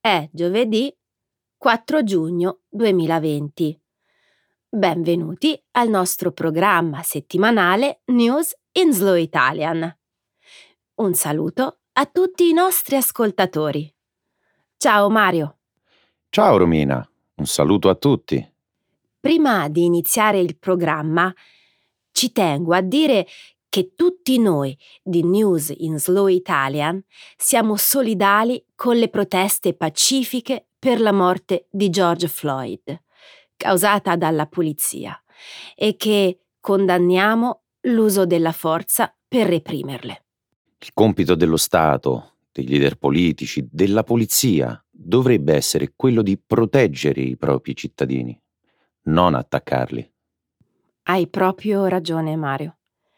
È giovedì 4 giugno 2020. Benvenuti al nostro programma settimanale News in Slow Italian. Un saluto a tutti i nostri ascoltatori. Ciao Mario. Ciao Romina, un saluto a tutti. Prima di iniziare il programma, ci tengo a dire che tutti noi di News in Slow Italian siamo solidali con le proteste pacifiche per la morte di George Floyd, causata dalla polizia, e che condanniamo l'uso della forza per reprimerle. Il compito dello Stato, dei leader politici, della polizia dovrebbe essere quello di proteggere i propri cittadini, non attaccarli. Hai proprio ragione, Mario.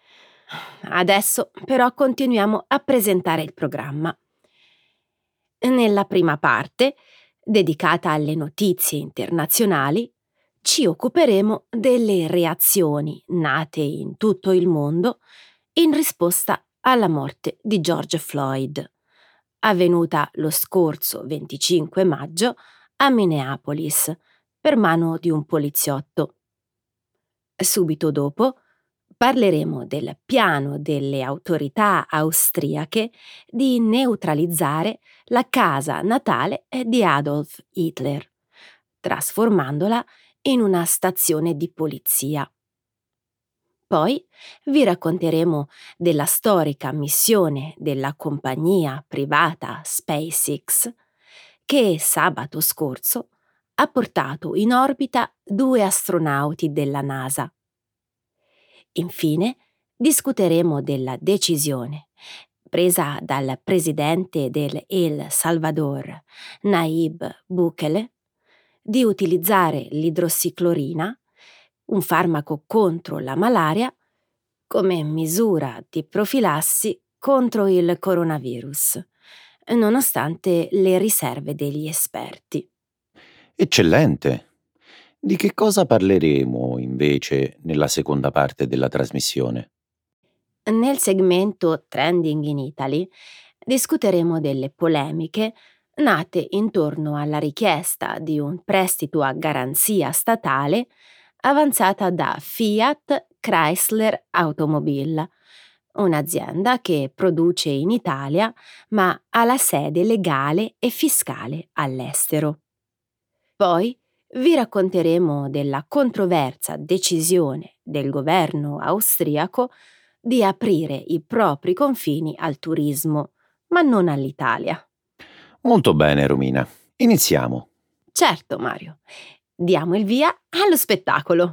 Adesso però continuiamo a presentare il programma. Nella prima parte, dedicata alle notizie internazionali, ci occuperemo delle reazioni nate in tutto il mondo in risposta alla morte di George Floyd, avvenuta lo scorso 25 maggio a Minneapolis per mano di un poliziotto. Subito dopo parleremo del piano delle autorità austriache di neutralizzare la casa natale di Adolf Hitler, trasformandola in una stazione di polizia. Poi vi racconteremo della storica missione della compagnia privata SpaceX che sabato scorso ha portato in orbita 2 astronauti della NASA. Infine, discuteremo della decisione presa dal presidente del El Salvador, Nayib Bukele, di utilizzare l'idrossiclorina, un farmaco contro la malaria, come misura di profilassi contro il coronavirus, nonostante le riserve degli esperti. Eccellente! Di che cosa parleremo invece nella seconda parte della trasmissione? Nel segmento Trending in Italy discuteremo delle polemiche nate intorno alla richiesta di un prestito a garanzia statale avanzata da Fiat Chrysler Automobil, un'azienda che produce in Italia ma ha la sede legale e fiscale all'estero. Poi vi racconteremo della controversa decisione del governo austriaco di aprire i propri confini al turismo, ma non all'Italia. Molto bene, Romina. Iniziamo. Certo, Mario. Diamo il via allo spettacolo.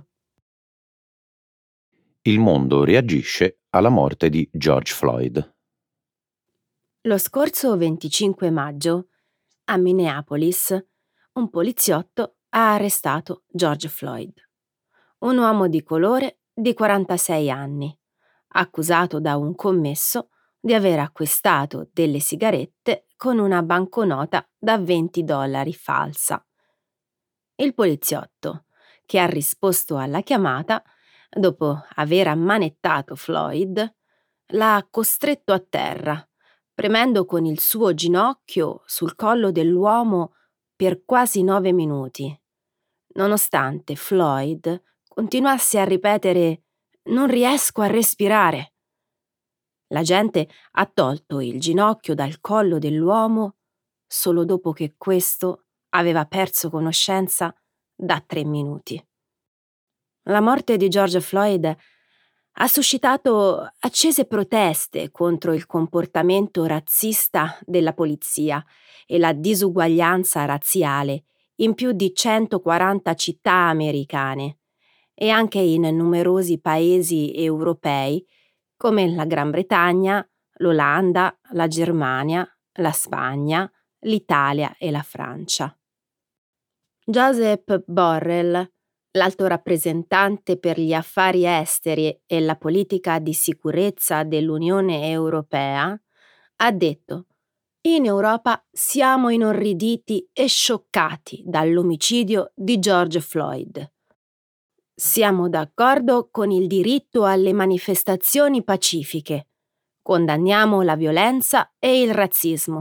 Il mondo reagisce alla morte di George Floyd. Lo scorso 25 maggio, a Minneapolis, un poliziotto ha arrestato George Floyd, un uomo di colore di 46 anni, accusato da un commesso di aver acquistato delle sigarette con una banconota da $20 falsa. Il poliziotto, che ha risposto alla chiamata, dopo aver ammanettato Floyd, l'ha costretto a terra, premendo con il suo ginocchio sul collo dell'uomo per quasi 9 minuti, nonostante Floyd continuasse a ripetere «Non riesco a respirare». L'agente ha tolto il ginocchio dal collo dell'uomo solo dopo che questo aveva perso conoscenza da 3 minuti. La morte di George Floyd ha suscitato accese proteste contro il comportamento razzista della polizia e la disuguaglianza razziale in più di 140 città americane e anche in numerosi paesi europei come la Gran Bretagna, l'Olanda, la Germania, la Spagna, l'Italia e la Francia. Josep Borrell, l'alto rappresentante per gli affari esteri e la politica di sicurezza dell'Unione Europea, ha detto: «In Europa siamo inorriditi e scioccati dall'omicidio di George Floyd. Siamo d'accordo con il diritto alle manifestazioni pacifiche. Condanniamo la violenza e il razzismo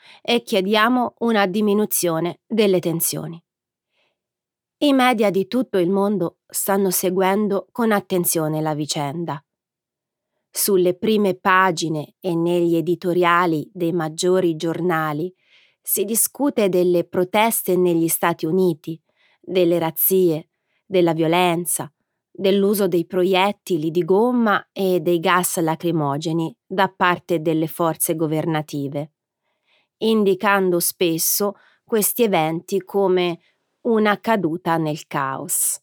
e chiediamo una diminuzione delle tensioni. I media di tutto il mondo stanno seguendo con attenzione la vicenda. Sulle prime pagine e negli editoriali dei maggiori giornali si discute delle proteste negli Stati Uniti, delle razzie, della violenza, dell'uso dei proiettili di gomma e dei gas lacrimogeni da parte delle forze governative, indicando spesso questi eventi come una caduta nel caos.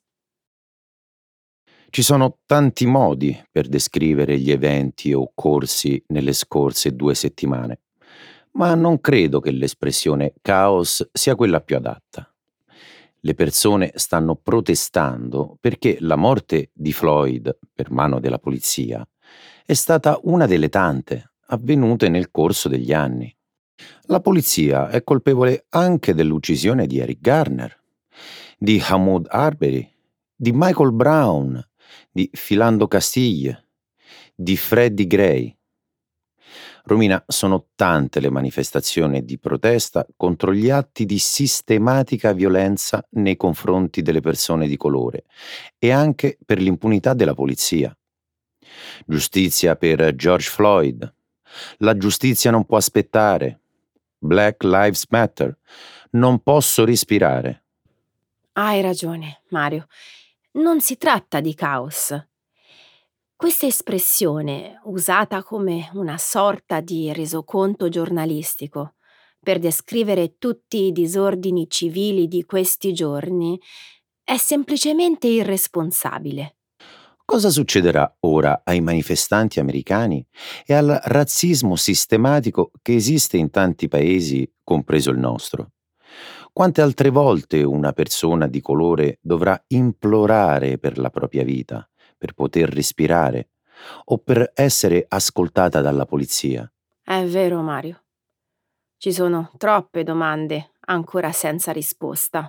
Ci sono tanti modi per descrivere gli eventi occorsi nelle scorse 2 settimane, ma non credo che l'espressione caos sia quella più adatta. Le persone stanno protestando perché la morte di Floyd per mano della polizia è stata una delle tante avvenute nel corso degli anni. La polizia è colpevole anche dell'uccisione di Eric Garner, di Ahmaud Arbery, di Michael Brown, di Philando Castile, di Freddie Gray. Romina, sono tante le manifestazioni di protesta contro gli atti di sistematica violenza nei confronti delle persone di colore e anche per l'impunità della polizia. Giustizia per George Floyd. La giustizia non può aspettare. Black Lives Matter. Non posso respirare. Hai ragione, Mario. Non si tratta di caos. Questa espressione, usata come una sorta di resoconto giornalistico per descrivere tutti i disordini civili di questi giorni, è semplicemente irresponsabile. Cosa succederà ora ai manifestanti americani e al razzismo sistematico che esiste in tanti paesi, compreso il nostro? Quante altre volte una persona di colore dovrà implorare per la propria vita, per poter respirare o per essere ascoltata dalla polizia? È vero, Mario. Ci sono troppe domande ancora senza risposta.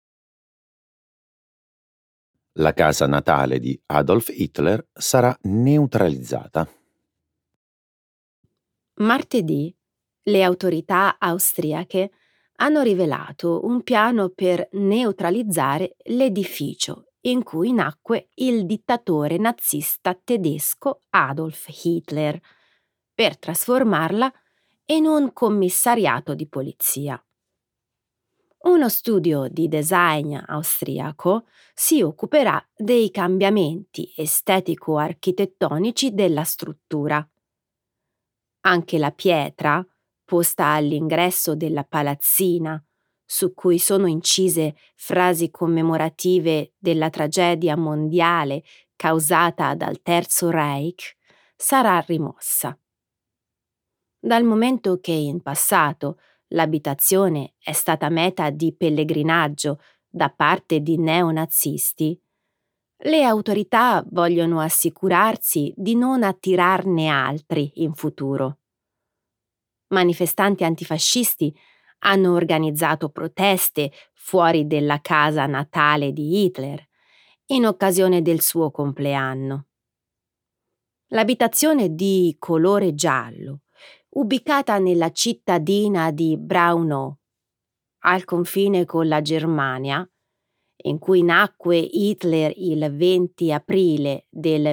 La casa natale di Adolf Hitler sarà neutralizzata. Martedì le autorità austriache hanno rivelato un piano per neutralizzare l'edificio in cui nacque il dittatore nazista tedesco Adolf Hitler, per trasformarla in un commissariato di polizia. Uno studio di design austriaco si occuperà dei cambiamenti estetico-architettonici della struttura. Anche la pietra, posta all'ingresso della palazzina, su cui sono incise frasi commemorative della tragedia mondiale causata dal Terzo Reich, sarà rimossa. Dal momento che in passato l'abitazione è stata meta di pellegrinaggio da parte di neonazisti, le autorità vogliono assicurarsi di non attirarne altri in futuro. Manifestanti antifascisti hanno organizzato proteste fuori della casa natale di Hitler in occasione del suo compleanno. L'abitazione di colore giallo, ubicata nella cittadina di Braunau, al confine con la Germania, in cui nacque Hitler il 20 aprile del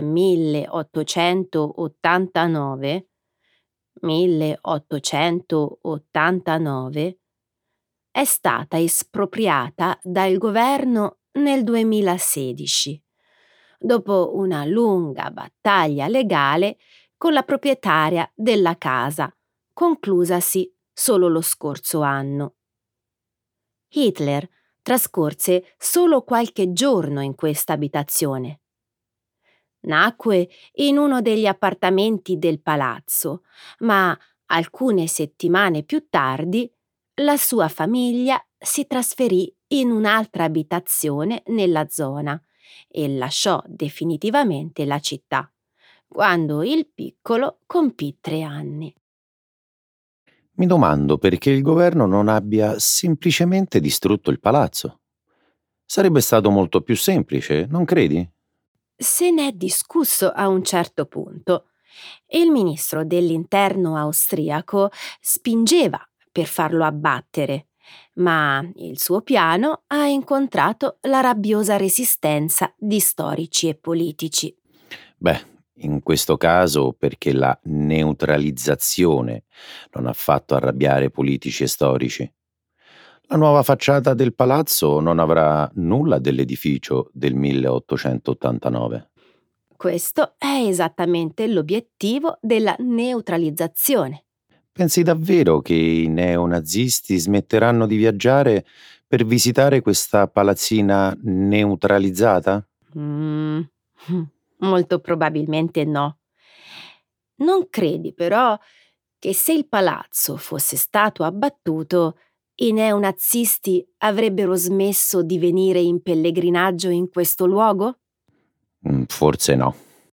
1889, è stata espropriata dal governo nel 2016, dopo una lunga battaglia legale con la proprietaria della casa, conclusasi solo lo scorso anno. Hitler trascorse solo qualche giorno in questa abitazione. Nacque in uno degli appartamenti del palazzo, ma alcune settimane più tardi la sua famiglia si trasferì in un'altra abitazione nella zona e lasciò definitivamente la città, quando il piccolo compì 3 anni. Mi domando perché il governo non abbia semplicemente distrutto il palazzo. Sarebbe stato molto più semplice, non credi? Se ne è discusso a un certo punto. Il ministro dell'interno austriaco spingeva per farlo abbattere, ma il suo piano ha incontrato la rabbiosa resistenza di storici e politici. Beh, in questo caso perché la neutralizzazione non ha fatto arrabbiare politici e storici. La nuova facciata del palazzo non avrà nulla dell'edificio del 1889. Questo è esattamente l'obiettivo della neutralizzazione. Pensi davvero che i neonazisti smetteranno di viaggiare per visitare questa palazzina neutralizzata? Mm, molto probabilmente no. Non credi però che se il palazzo fosse stato abbattuto, i neonazisti avrebbero smesso di venire in pellegrinaggio in questo luogo? Forse no.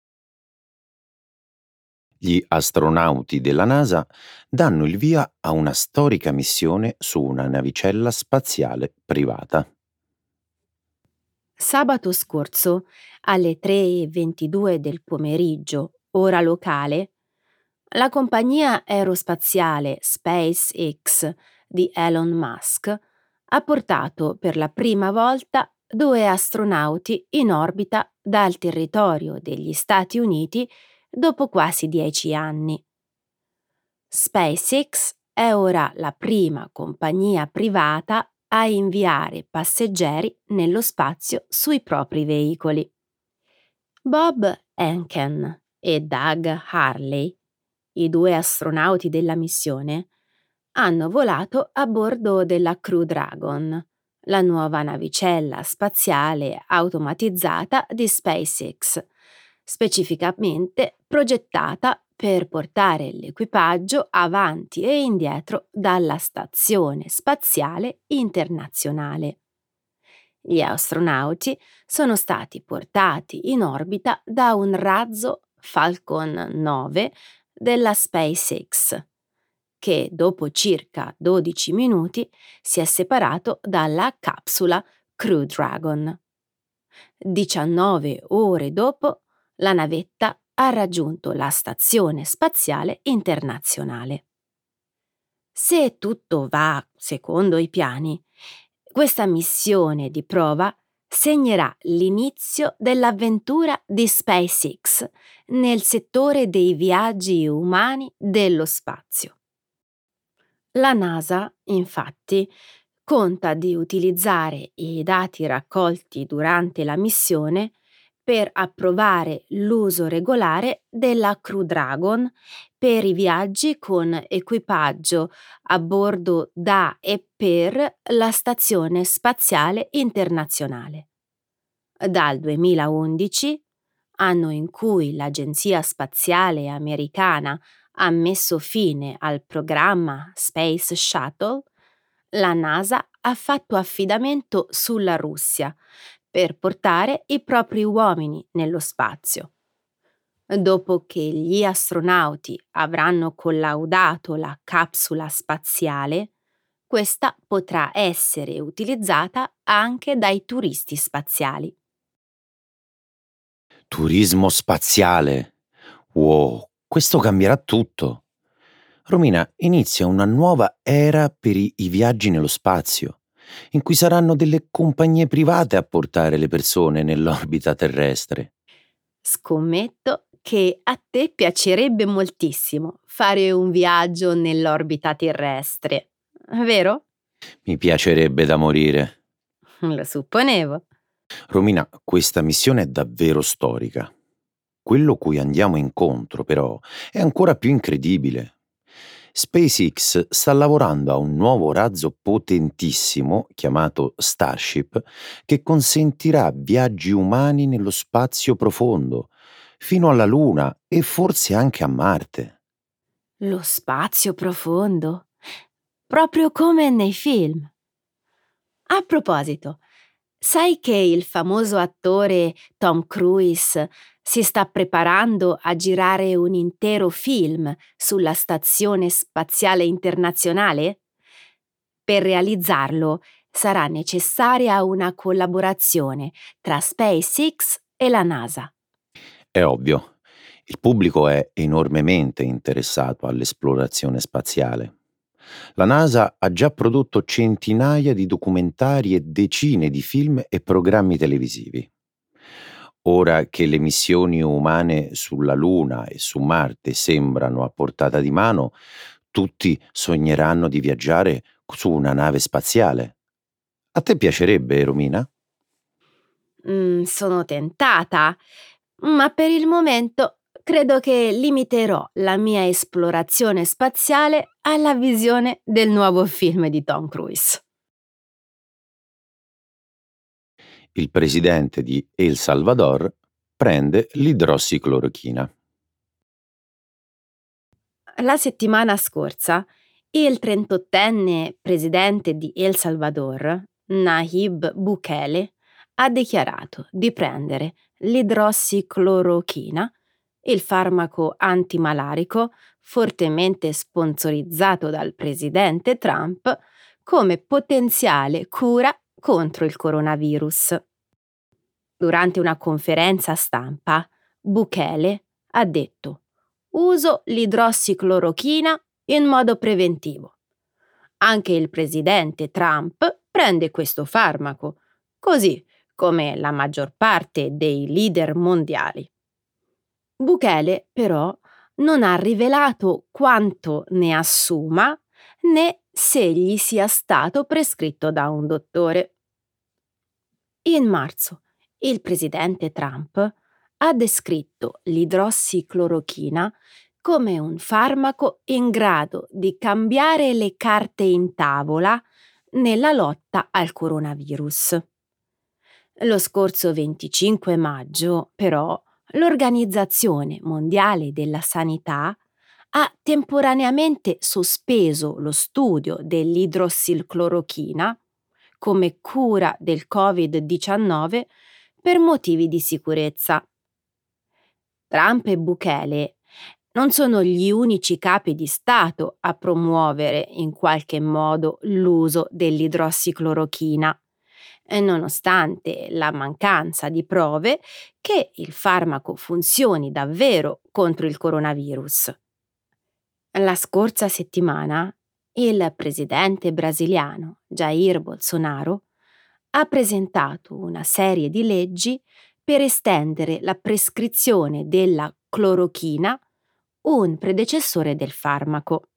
Gli astronauti della NASA danno il via a una storica missione su una navicella spaziale privata. Sabato scorso, alle 3:22 del pomeriggio, ora locale, la compagnia aerospaziale SpaceX di Elon Musk ha portato per la prima volta due astronauti in orbita dal territorio degli Stati Uniti dopo quasi 10 anni. SpaceX è ora la prima compagnia privata a inviare passeggeri nello spazio sui propri veicoli. Bob Enken e Doug Harley, i due astronauti della missione, hanno volato a bordo della Crew Dragon, la nuova navicella spaziale automatizzata di SpaceX, specificamente progettata per portare l'equipaggio avanti e indietro dalla Stazione Spaziale Internazionale. Gli astronauti sono stati portati in orbita da un razzo Falcon 9 della SpaceX, che dopo circa 12 minuti si è separato dalla capsula Crew Dragon. 19 ore dopo, la navetta ha raggiunto la Stazione Spaziale Internazionale. Se tutto va secondo i piani, questa missione di prova segnerà l'inizio dell'avventura di SpaceX nel settore dei viaggi umani dello spazio. La NASA, infatti, conta di utilizzare i dati raccolti durante la missione per approvare l'uso regolare della Crew Dragon per i viaggi con equipaggio a bordo da e per la Stazione Spaziale Internazionale. Dal 2011, anno in cui l'Agenzia Spaziale Americana ha messo fine al programma Space Shuttle, la NASA ha fatto affidamento sulla Russia per portare i propri uomini nello spazio. Dopo che gli astronauti avranno collaudato la capsula spaziale, questa potrà essere utilizzata anche dai turisti spaziali. Turismo spaziale. Wow, questo cambierà tutto. Romina, inizia una nuova era per i viaggi nello spazio, in cui saranno delle compagnie private a portare le persone nell'orbita terrestre. Scommetto che a te piacerebbe moltissimo fare un viaggio nell'orbita terrestre, vero? Mi piacerebbe da morire. Lo supponevo. Romina, questa missione è davvero storica. Quello cui andiamo incontro, però, è ancora più incredibile. SpaceX sta lavorando a un nuovo razzo potentissimo, chiamato Starship, che consentirà viaggi umani nello spazio profondo, fino alla Luna e forse anche a Marte. Lo spazio profondo, proprio come nei film. A proposito, sai che il famoso attore Tom Cruise si sta preparando a girare un intero film sulla Stazione Spaziale Internazionale? Per realizzarlo sarà necessaria una collaborazione tra SpaceX e la NASA. È ovvio, il pubblico è enormemente interessato all'esplorazione spaziale. La NASA ha già prodotto centinaia di documentari e decine di film e programmi televisivi. Ora che le missioni umane sulla Luna e su Marte sembrano a portata di mano, tutti sogneranno di viaggiare su una nave spaziale. A te piacerebbe, Romina? Sono tentata, ma per il momento credo che limiterò la mia esplorazione spaziale alla visione del nuovo film di Tom Cruise. Il presidente di El Salvador prende l'idrossiclorochina. La settimana scorsa, il 38enne presidente di El Salvador, Nayib Bukele, ha dichiarato di prendere l'idrossiclorochina, il farmaco antimalarico fortemente sponsorizzato dal presidente Trump, come potenziale cura contro il coronavirus. Durante una conferenza stampa, Bukele ha detto: "Uso l'idrossiclorochina in modo preventivo. Anche il presidente Trump prende questo farmaco, così come la maggior parte dei leader mondiali." Bukele, però, non ha rivelato quanto ne assuma né se gli sia stato prescritto da un dottore. In marzo, il presidente Trump ha descritto l'idrossiclorochina come un farmaco in grado di cambiare le carte in tavola nella lotta al coronavirus. Lo scorso 25 maggio, però, l'Organizzazione Mondiale della Sanità ha temporaneamente sospeso lo studio dell'idrossiclorochina come cura del Covid-19 per motivi di sicurezza. Trump e Bukele non sono gli unici capi di Stato a promuovere in qualche modo l'uso dell'idrossiclorochina, nonostante la mancanza di prove che il farmaco funzioni davvero contro il coronavirus. La scorsa settimana il presidente brasiliano Jair Bolsonaro ha presentato una serie di leggi per estendere la prescrizione della clorochina, un predecessore del farmaco.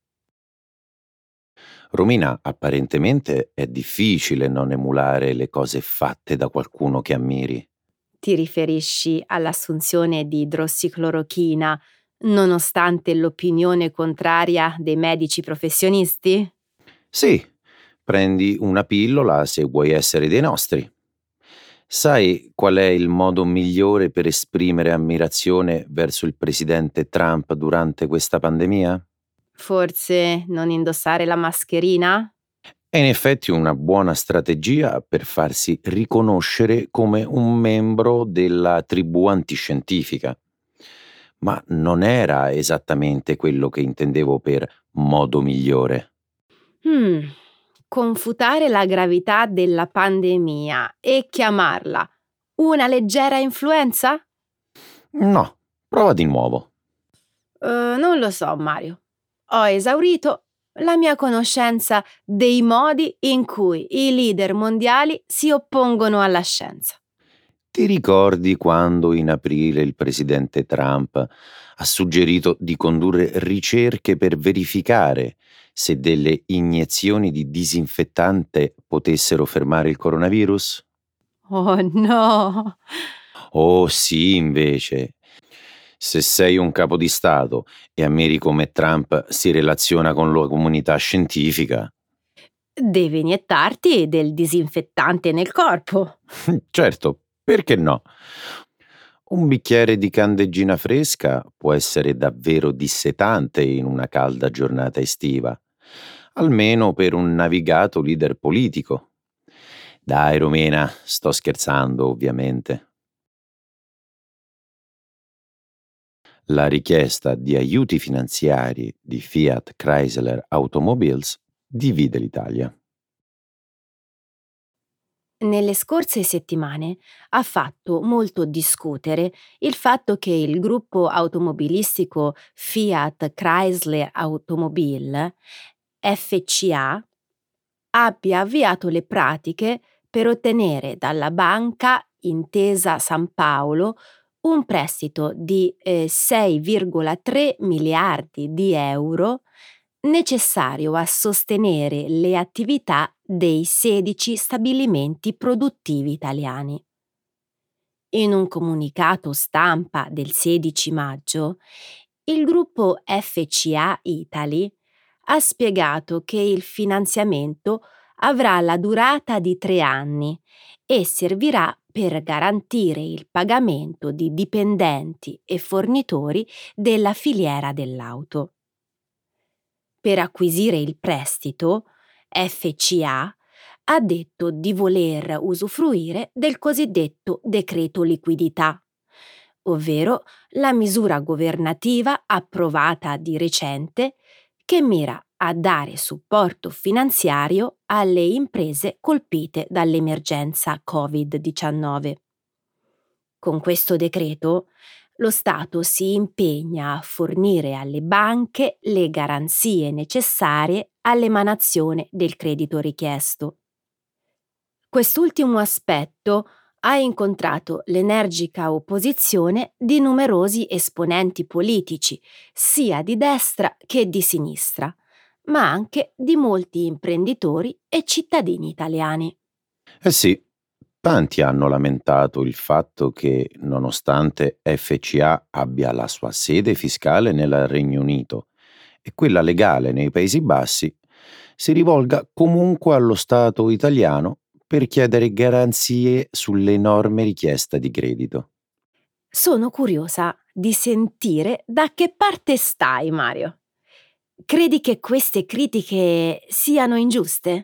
Romina, apparentemente è difficile non emulare le cose fatte da qualcuno che ammiri. Ti riferisci all'assunzione di idrossiclorochina nonostante l'opinione contraria dei medici professionisti? Sì, prendi una pillola se vuoi essere dei nostri. Sai qual è il modo migliore per esprimere ammirazione verso il presidente Trump durante questa pandemia? Forse non indossare la mascherina? È in effetti una buona strategia per farsi riconoscere come un membro della tribù antiscientifica. Ma non era esattamente quello che intendevo per modo migliore. Hmm, confutare la gravità della pandemia e chiamarla una leggera influenza? No, prova di nuovo. Non lo so, Mario. Ho esaurito la mia conoscenza dei modi in cui i leader mondiali si oppongono alla scienza. Ti ricordi quando in aprile il presidente Trump ha suggerito di condurre ricerche per verificare se delle iniezioni di disinfettante potessero fermare il coronavirus? Oh no! Oh sì, invece. Se sei un capo di Stato e ammiri come Trump si relaziona con la comunità scientifica, Devi iniettarti del disinfettante nel corpo. certo, perché no? Un bicchiere di candeggina fresca può essere davvero dissetante in una calda giornata estiva, almeno per un navigato leader politico. Dai, Romena, sto scherzando, ovviamente. La richiesta di aiuti finanziari di Fiat Chrysler Automobiles divide l'Italia. Nelle scorse settimane ha fatto molto discutere il fatto che il gruppo automobilistico Fiat Chrysler Automobile FCA abbia avviato le pratiche per ottenere dalla Banca Intesa San Paolo un prestito di 6,3 miliardi di euro necessario a sostenere le attività dei 16 stabilimenti produttivi italiani. In un comunicato stampa del 16 maggio, il gruppo FCA Italy ha spiegato che il finanziamento avrà la durata di 3 anni e servirà per garantire il pagamento di dipendenti e fornitori della filiera dell'auto. Per acquisire il prestito, FCA ha detto di voler usufruire del cosiddetto decreto liquidità, ovvero la misura governativa approvata di recente che mira a dare supporto finanziario alle imprese colpite dall'emergenza Covid-19. Con questo decreto, lo Stato si impegna a fornire alle banche le garanzie necessarie all'emanazione del credito richiesto. Quest'ultimo aspetto ha incontrato l'energica opposizione di numerosi esponenti politici, sia di destra che di sinistra, ma anche di molti imprenditori e cittadini italiani. Eh sì, tanti hanno lamentato il fatto che, nonostante FCA abbia la sua sede fiscale nel Regno Unito e quella legale nei Paesi Bassi, si rivolga comunque allo Stato italiano per chiedere garanzie sulle enorme richieste di credito. Sono curiosa di sentire da che parte stai, Mario. Credi che queste critiche siano ingiuste?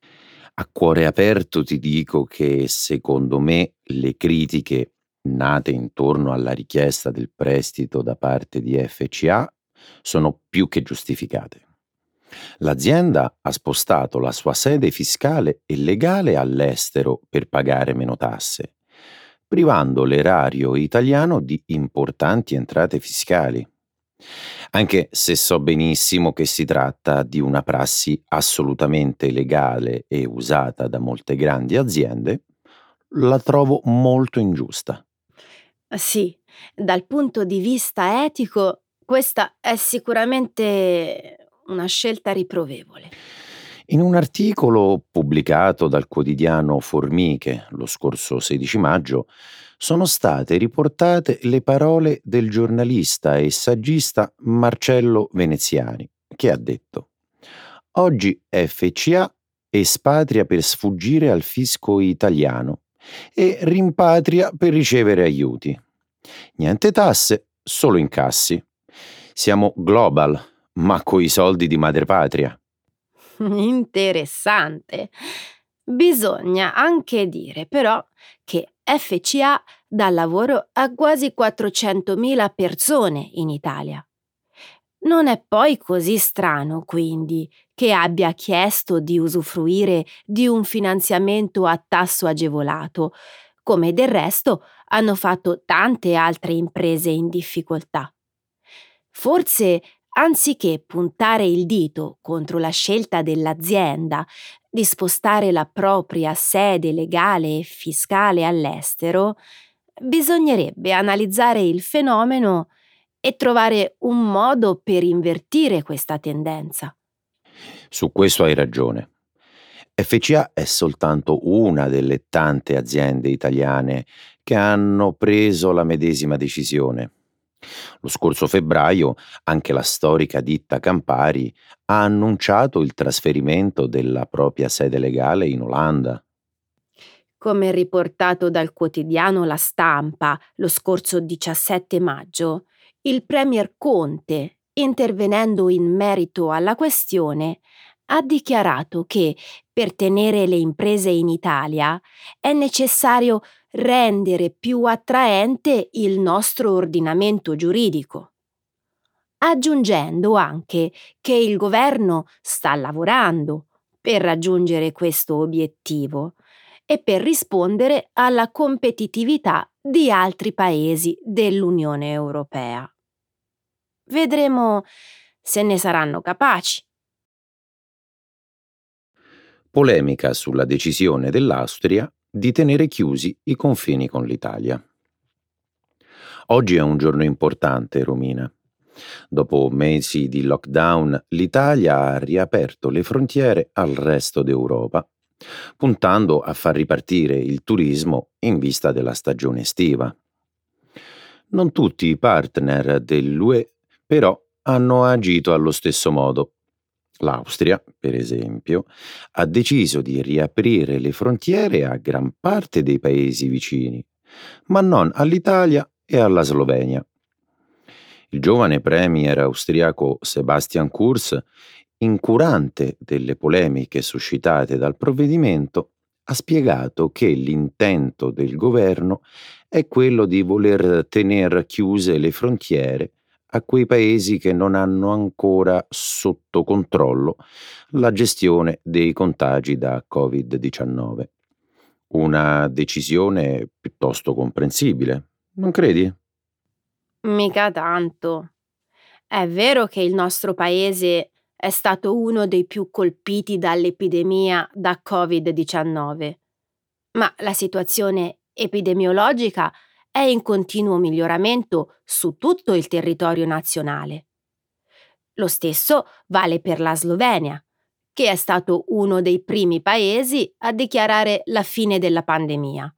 A cuore aperto ti dico che secondo me le critiche nate intorno alla richiesta del prestito da parte di FCA sono più che giustificate. L'azienda ha spostato la sua sede fiscale e legale all'estero per pagare meno tasse, privando l'erario italiano di importanti entrate fiscali. Anche se so benissimo che si tratta di una prassi assolutamente legale e usata da molte grandi aziende, la trovo molto ingiusta. Sì, dal punto di vista etico, questa è sicuramente una scelta riprovevole. In un articolo pubblicato dal quotidiano Formiche lo scorso 16 maggio sono state riportate le parole del giornalista e saggista Marcello Veneziani, che ha detto: Oggi FCA espatria per sfuggire al fisco italiano e rimpatria per ricevere aiuti. Niente tasse, solo incassi. Siamo global, ma coi soldi di madrepatria. Interessante. Bisogna anche dire però che FCA dà lavoro a quasi 400.000 persone in Italia. Non è poi così strano, quindi, che abbia chiesto di usufruire di un finanziamento a tasso agevolato, come del resto hanno fatto tante altre imprese in difficoltà. Forse, anziché puntare il dito contro la scelta dell'azienda di spostare la propria sede legale e fiscale all'estero, bisognerebbe analizzare il fenomeno e trovare un modo per invertire questa tendenza. Su questo hai ragione. FCA è soltanto una delle tante aziende italiane che hanno preso la medesima decisione. Lo scorso febbraio anche la storica ditta Campari ha annunciato il trasferimento della propria sede legale in Olanda. Come riportato dal quotidiano La Stampa lo scorso 17 maggio, il premier Conte, intervenendo in merito alla questione, ha dichiarato che per tenere le imprese in Italia è necessario rendere più attraente il nostro ordinamento giuridico, aggiungendo anche che il governo sta lavorando per raggiungere questo obiettivo e per rispondere alla competitività di altri paesi dell'Unione Europea. Vedremo se ne saranno capaci. polemica sulla decisione dell'Austria di tenere chiusi i confini con l'Italia. Oggi è un giorno importante, Romina. Dopo mesi di lockdown, l'Italia ha riaperto le frontiere al resto d'Europa, puntando a far ripartire il turismo in vista della stagione estiva. Non tutti i partner dell'UE però hanno agito allo stesso modo. L'Austria, per esempio, ha deciso di riaprire le frontiere a gran parte dei paesi vicini, ma non all'Italia e alla Slovenia. Il giovane premier austriaco Sebastian Kurz, incurante delle polemiche suscitate dal provvedimento, ha spiegato che l'intento del governo è quello di voler tenere chiuse le frontiere a quei paesi che non hanno ancora sotto controllo la gestione dei contagi da Covid-19. Una decisione piuttosto comprensibile, non credi? Mica tanto. È vero che il nostro paese è stato uno dei più colpiti dall'epidemia da Covid-19, ma la situazione epidemiologica è in continuo miglioramento su tutto il territorio nazionale. Lo stesso vale per la Slovenia, che è stato uno dei primi paesi a dichiarare la fine della pandemia.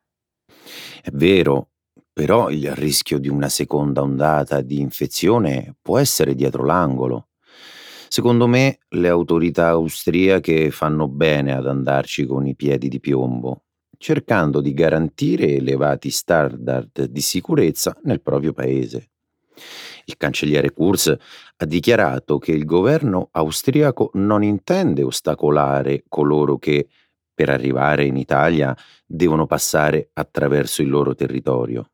È vero, però il rischio di una seconda ondata di infezione può essere dietro l'angolo. Secondo me le autorità austriache fanno bene ad andarci con i piedi di piombo, cercando di garantire elevati standard di sicurezza nel proprio paese. Il cancelliere Kurz ha dichiarato che il governo austriaco non intende ostacolare coloro che, per arrivare in Italia, devono passare attraverso il loro territorio.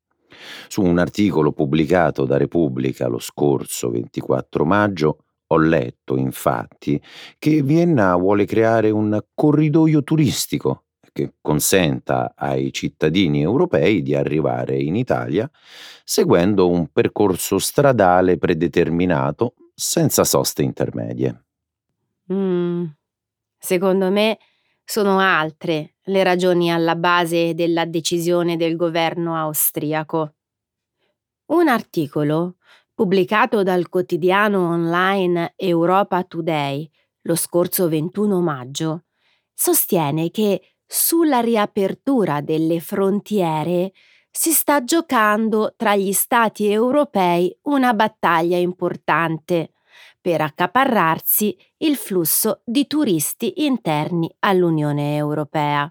Su un articolo pubblicato da Repubblica lo scorso 24 maggio ho letto, infatti, che Vienna vuole creare un corridoio turistico che consenta ai cittadini europei di arrivare in Italia seguendo un percorso stradale predeterminato senza soste intermedie. Mm, Secondo me sono altre le ragioni alla base della decisione del governo austriaco. Un articolo pubblicato dal quotidiano online Europa Today lo scorso 21 maggio sostiene che sulla riapertura delle frontiere si sta giocando tra gli stati europei una battaglia importante per accaparrarsi il flusso di turisti interni all'Unione Europea.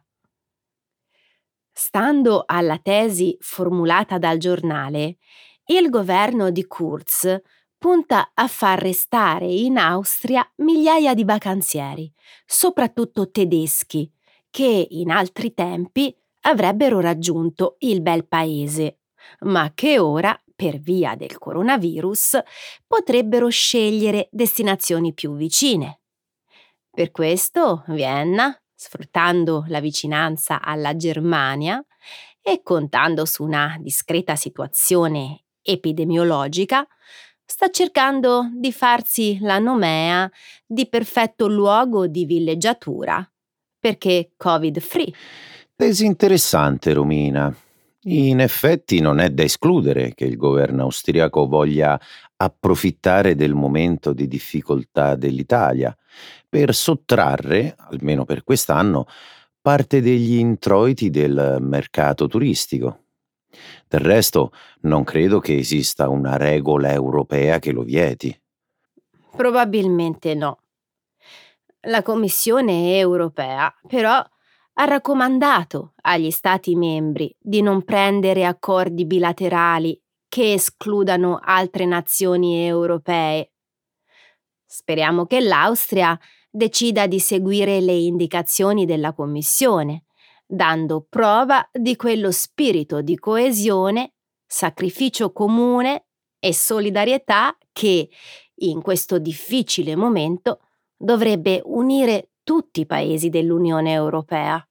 Stando alla tesi formulata dal giornale, il governo di Kurz punta a far restare in Austria migliaia di vacanzieri, soprattutto tedeschi, che in altri tempi avrebbero raggiunto il bel paese, ma che ora, per via del coronavirus, potrebbero scegliere destinazioni più vicine. Per questo Vienna, sfruttando la vicinanza alla Germania e contando su una discreta situazione epidemiologica, sta cercando di farsi la nomea di perfetto luogo di villeggiatura, perché Covid-free. Tesi interessante, Romina. In effetti non è da escludere che il governo austriaco voglia approfittare del momento di difficoltà dell'Italia per sottrarre, almeno per quest'anno, parte degli introiti del mercato turistico. Del resto, non credo che esista una regola europea che lo vieti. Probabilmente no. La Commissione europea, però, ha raccomandato agli Stati membri di non prendere accordi bilaterali che escludano altre nazioni europee. Speriamo che l'Austria decida di seguire le indicazioni della Commissione, dando prova di quello spirito di coesione, sacrificio comune e solidarietà che, in questo difficile momento, dovrebbe unire tutti i paesi dell'Unione Europea.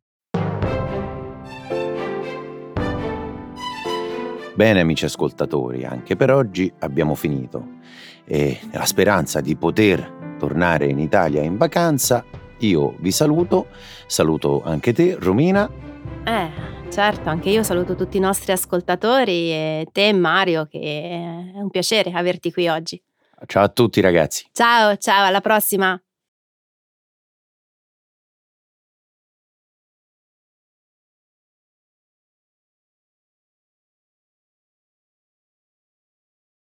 Bene, amici ascoltatori, anche per oggi abbiamo finito e nella speranza di poter tornare in Italia in vacanza Io vi saluto anche te, Romina. Certo, anche io saluto tutti i nostri ascoltatori e te, Mario, che è un piacere averti qui oggi. Ciao a tutti ragazzi. Ciao, ciao, alla prossima!